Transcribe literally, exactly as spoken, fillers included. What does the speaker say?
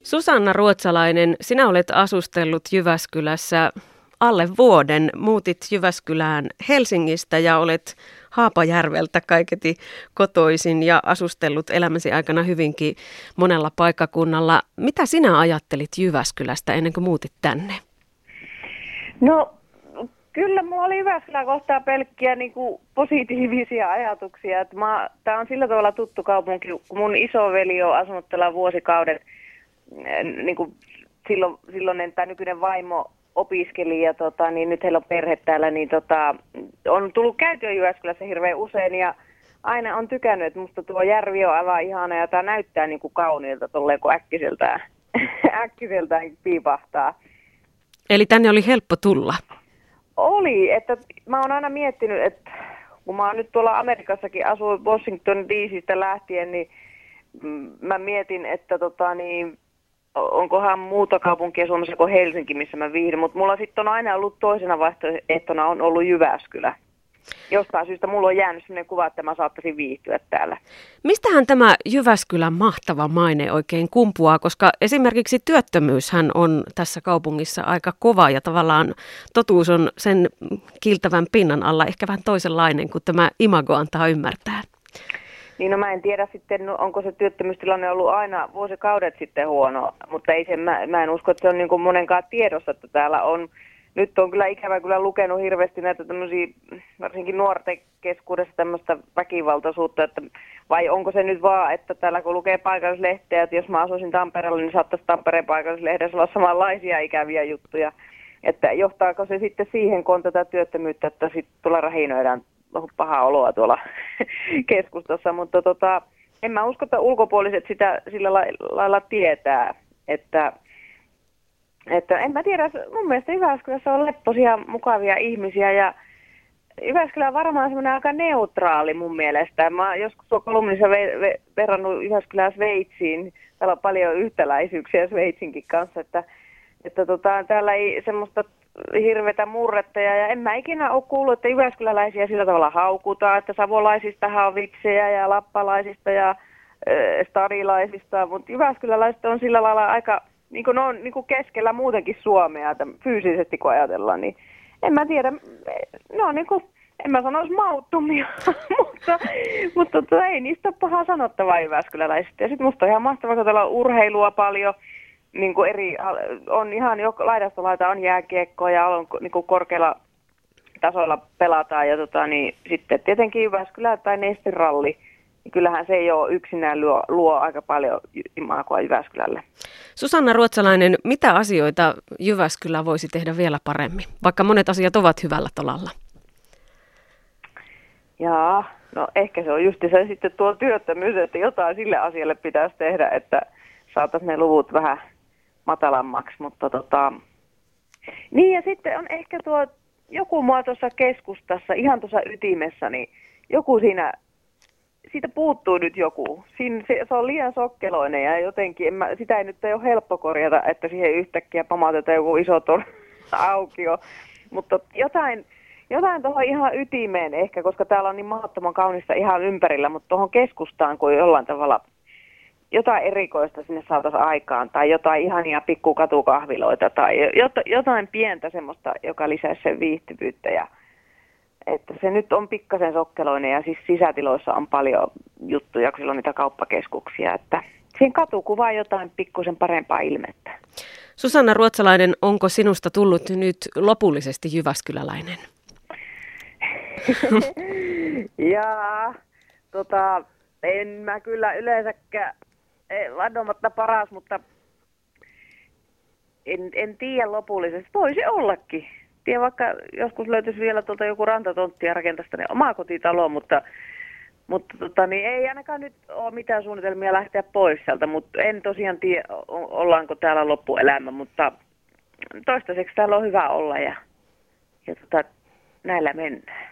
Susanna Ruotsalainen, sinä olet asustellut Jyväskylässä alle vuoden. Muutit Jyväskylään Helsingistä ja olet Haapajärveltä kaiketi kotoisin ja asustellut elämäsi aikana hyvinkin monella paikkakunnalla. Mitä sinä ajattelit Jyväskylästä ennen kuin muutit tänne? No kyllä mulla oli Jyväskylän kohtaa pelkkiä niin kuin positiivisia ajatuksia. Tämä on sillä tavalla tuttu kaupunki, kun mun isoveli on asunut tällä vuosikaudet. Niin kuin silloin, silloin tämä nykyinen vaimo opiskeli ja tota, niin nyt heillä on perhe täällä, niin tota, on tullut käytyä Jyväskylässä hirveän usein ja aina on tykännyt, että musta tuo järvi on aivan ihana ja tämä näyttää niin kuin kauniilta tolleen, kun äkkiseltään, äkkiseltään piipahtaa. Eli tänne oli helppo tulla? Oli, että mä oon aina miettinyt, että kun mä oon nyt tuolla Amerikassakin asuin Washington D C:stä lähtien, niin mä mietin, että tota niin, onkohan muuta kaupunkia Suomessa kuin Helsinki, missä mä viihdyn, mutta mulla sitten on aina ollut toisena vaihtoehtona on ollut Jyväskylä. Jostain syystä mulla on jäänyt sellainen kuva, että mä saattaisin viihtyä täällä. Mistähän tämä Jyväskylän mahtava maine oikein kumpuaa, koska esimerkiksi työttömyyshän on tässä kaupungissa aika kova ja tavallaan totuus on sen kiiltävän pinnan alla ehkä vähän toisenlainen kuin tämä imago antaa ymmärtää. Niin no mä en tiedä sitten, onko se työttömyystilanne ollut aina vuosikaudet sitten huono, mutta ei se, mä, mä en usko, että se on niin kuin monenkaan tiedossa, että täällä on, nyt on kyllä ikävä kyllä lukenut hirveästi näitä tämmöisiä, varsinkin nuorten keskuudessa tämmöistä väkivaltaisuutta, että vai onko se nyt vaan, että täällä kun lukee paikallislehteä, että jos mä asuisin Tampereella, niin saattaisi Tampereen paikallislehdessä olla samanlaisia ikäviä juttuja, että johtaako se sitten siihen, kun on tätä työttömyyttä, että sitten tulla rahinoidaan pahaa oloa tuolla keskustassa, mutta tota, en mä usko, että ulkopuoliset sitä sillä lailla tietää, että, että en mä tiedä, mun mielestä Jyväskylässä on lepposia, mukavia ihmisiä ja Jyväskylä on varmaan semmoinen aika neutraali mun mielestä. Mä oon joskus tuo kolumnissa ve- ve- verrannut Jyväskylää Sveitsiin, täällä on paljon yhtäläisyyksiä Sveitsinkin kanssa, että, että tota, täällä ei semmoista hirveätä murretta ja en mä ikinä ole kuullut, että jyväskyläläisiä sillä tavalla haukutaan, että savolaisistahan on vitsejä ja lappalaisista ja äh, stadilaisista, mutta jyväskyläläiset on sillä lailla aika, niin kuin ne on niin kuin keskellä muutenkin Suomea, että fyysisesti kun ajatellaan, niin en mä tiedä, ne on niin kuin, en mä sanoisi mauttomia, mutta, mutta tota, ei niistä ole pahaa sanottavaa jyväskyläläisistä. Ja sitten musta on ihan mahtavaa, kun täällä on urheilua paljon. Niin kuin eri, on ihan jo laidasta laita on jääkiekkoa ja on niin kuin korkealla tasolla pelataan ja tota, niin sitten tietenkin Jyväskylä tai Nestiralli, niin kyllähän se ei ole yksinään luo, luo aika paljon imagoa Jyväskylälle. Susanna Ruotsalainen, mitä asioita Jyväskylä voisi tehdä vielä paremmin, vaikka monet asiat ovat hyvällä tolalla? Jaa, no ehkä se on just se sitten tuo työttömyys, että jotain sille asialle pitäisi tehdä, että saataisiin ne luvut vähän matalammaksi, mutta tota, niin ja sitten on ehkä tuo joku mua tuossa keskustassa, ihan tuossa ytimessä, niin joku siinä, siitä puuttuu nyt joku. Siinä, se, se on liian sokkeloinen ja jotenkin, en mä, sitä ei nyt ei ole helppo korjata, että siihen yhtäkkiä pamautetaan joku iso ton aukio, mutta jotain, jotain tuohon ihan ytimeen ehkä, koska täällä on niin mahdottoman kaunista ihan ympärillä, mutta tuohon keskustaan, kun jollain tavalla jotain erikoista sinne saataisiin aikaan, tai jotain ihania pikkukatukahviloita, tai jotain pientä semmoista, joka lisäisi sen viihtyvyyttä. Ja, että se nyt on pikkasen sokkeloinen, ja siis sisätiloissa on paljon juttuja, kun siellä on niitä kauppakeskuksia, että siihen katukuvaa jotain pikkusen parempaa ilmettä. Susanna Ruotsalainen, onko sinusta tullut nyt lopullisesti jyväskyläläinen? Jaa, tota, en mä kyllä yleensäkään vannomatta paras, mutta en, en tiedä lopullisesti. Voisi ollakin. Tiedä, vaikka joskus löytyisi vielä tuolta joku rantatonttia ja rakentaisi tänne omaa kotitaloa, mutta, mutta tota, niin ei ainakaan nyt ole mitään suunnitelmia lähteä pois sieltä, mutta en tosiaan tiedä, ollaanko täällä loppuelämä, mutta toistaiseksi täällä on hyvä olla ja, ja tota, näillä mennään.